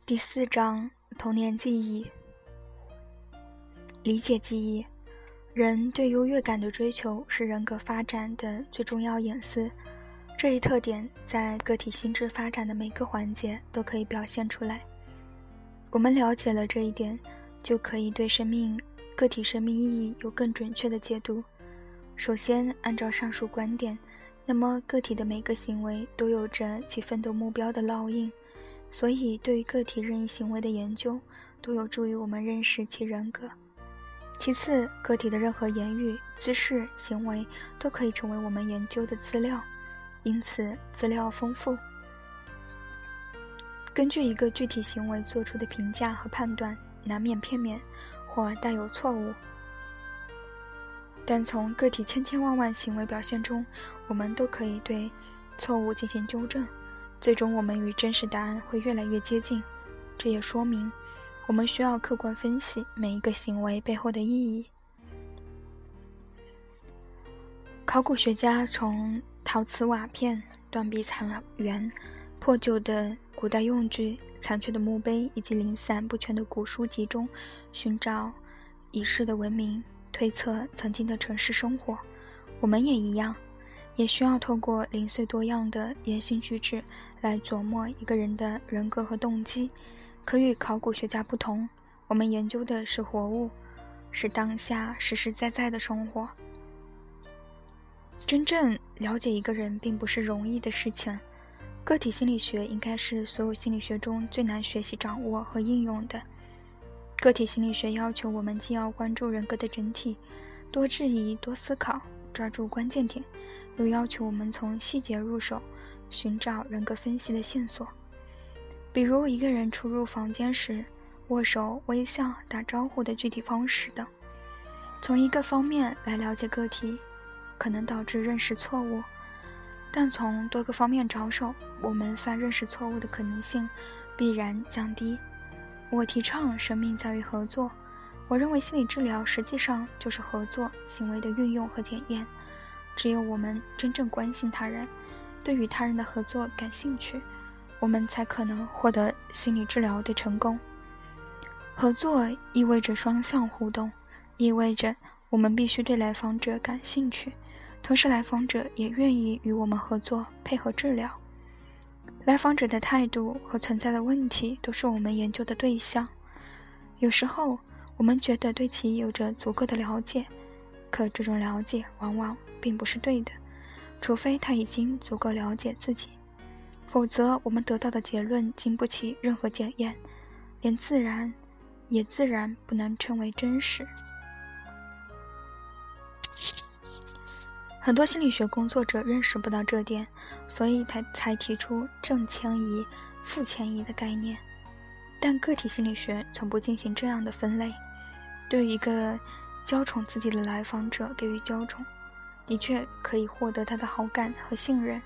第4章童年记忆。理解记忆。人对优越感的追求是人格发展的最重要隐私，这一特点在个体心智发展的每个环节都可以表现出来。我们了解了这一点，就可以对个体生命意义有更准确的解读。首先，按照上述观点，那么个体的每个行为都有着其奋斗目标的烙印，所以对于个体任意行为的研究都有助于我们认识其人格。其次，个体的任何言语、姿势、行为都可以成为我们研究的资料，因此资料丰富。根据一个具体行为做出的评价和判断难免片面或带有错误，但从个体千万万行为表现中，我们都可以对错误进行纠正，最终我们与真实答案会越来越接近。这也说明我们需要客观分析每一个行为背后的意义。考古学家从陶瓷瓦片、断壁残垣、破旧的古代用具、残缺的墓碑以及零散不全的古书籍中寻找已逝的文明，推测曾经的城市生活。我们也一样，也需要透过零碎多样的言行举止来琢磨一个人的人格和动机。可与考古学家不同，我们研究的是活物，是当下实实在在的生活。真正了解一个人并不是容易的事情，个体心理学应该是所有心理学中最难学习、掌握和应用的。个体心理学要求我们既要关注人格的整体，多质疑、多思考，抓住关键点，又要求我们从细节入手，寻找人格分析的线索。比如一个人出入房间时，握手、微笑、打招呼的具体方式等。从一个方面来了解个体，可能导致认识错误，但从多个方面着手，我们犯认识错误的可能性必然降低。我提倡生命在于合作，我认为心理治疗实际上就是合作行为的运用和检验。只有我们真正关心他人，对于他人的合作感兴趣，我们才可能获得心理治疗的成功。合作意味着双向互动，意味着我们必须对来访者感兴趣，同时来访者也愿意与我们合作，配合治疗。来访者的态度和存在的问题都是我们研究的对象。有时候我们觉得对其有着足够的了解，可这种了解往往并不是对的，除非他已经足够了解自己，否则我们得到的结论经不起任何检验，也自然不能称为真实。很多心理学工作者认识不到这点，所以才提出正迁移、负迁移的概念。但个体心理学从不进行这样的分类。对于一个娇宠自己的来访者给予娇宠，的确可以获得他的好感和信任，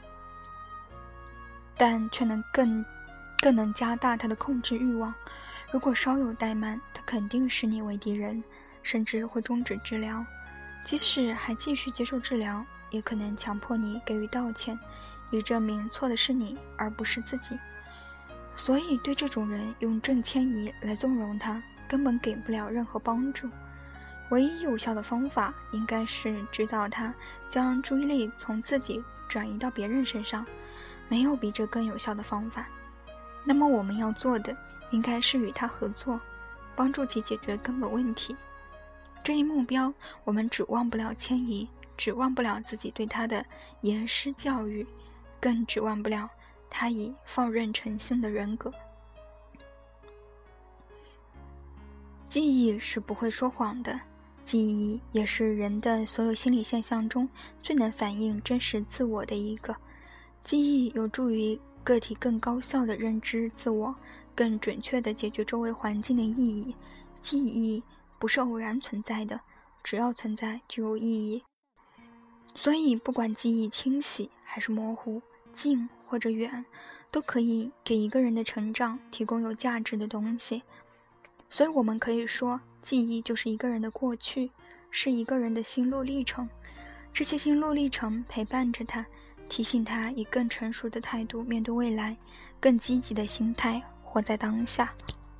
但却能更能加大他的控制欲望。如果稍有怠慢，他肯定视你为敌人，甚至会终止治疗。即使还继续接受治疗，也可能强迫你给予道歉，以证明错的是你而不是自己。所以对这种人用正迁移来纵容他，根本给不了任何帮助。唯一有效的方法应该是指导他将注意力从自己转移到别人身上，没有比这更有效的方法。那么我们要做的应该是与他合作，帮助其解决根本问题。这一目标我们指望不了迁移，指望不了自己对他的严师教育，更指望不了他以放任成性的人格。记忆是不会说谎的，记忆也是人的所有心理现象中最能反映真实自我的一个。记忆有助于个体更高效地认知自我，更准确地解决周围环境的意义。记忆不是偶然存在的，只要存在就有意义。所以不管记忆清晰还是模糊，近或者远，都可以给一个人的成长提供有价值的东西。所以我们可以说，记忆就是一个人的过去，是一个人的心路历程。这些心路历程陪伴着他，提醒他以更成熟的态度面对未来，更积极的心态活在当下。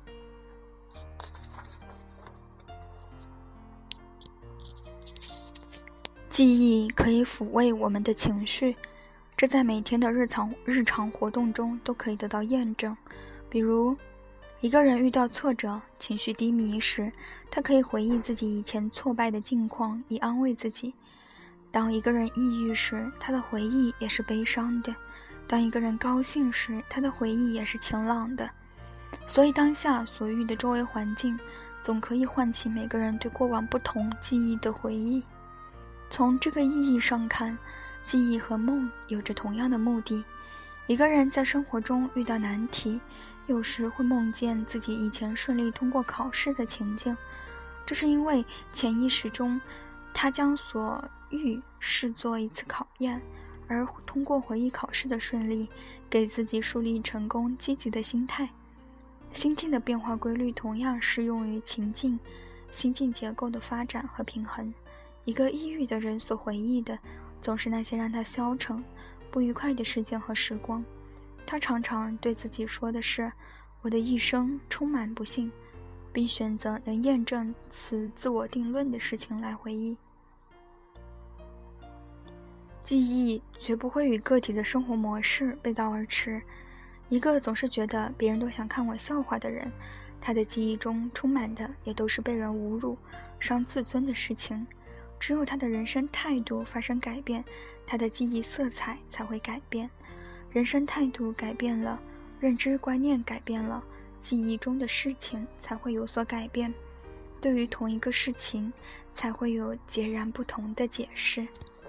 记忆可以抚慰我们的情绪，这在每天的日常活动中都可以得到验证。比如，一个人遇到挫折、情绪低迷时，他可以回忆自己以前挫败的境况，以安慰自己。当一个人抑郁时，他的回忆也是悲伤的；当一个人高兴时，他的回忆也是晴朗的。所以当下所遇的周围环境，总可以唤起每个人对过往不同记忆的回忆。从这个意义上看，记忆和梦有着同样的目的。一个人在生活中遇到难题，有时会梦见自己以前顺利通过考试的情境，这是因为潜意识中他将所遇视作一次考验，而通过回忆考试的顺利，给自己树立成功积极的心态。心境的变化规律同样适用于情境、心境结构的发展和平衡。一个抑郁的人所回忆的总是那些让他消沉、不愉快的事件和时光。他常常对自己说的是：我的一生充满不幸，并选择能验证此自我定论的事情来回忆。记忆绝不会与个体的生活模式背道而驰。一个总是觉得别人都想看我笑话的人，他的记忆中充满的也都是被人侮辱、伤自尊的事情。只有他的人生态度发生改变，他的记忆色彩才会改变。人生态度改变了，认知观念改变了，记忆中的事情才会有所改变。对于同一个事情，才会有截然不同的解释。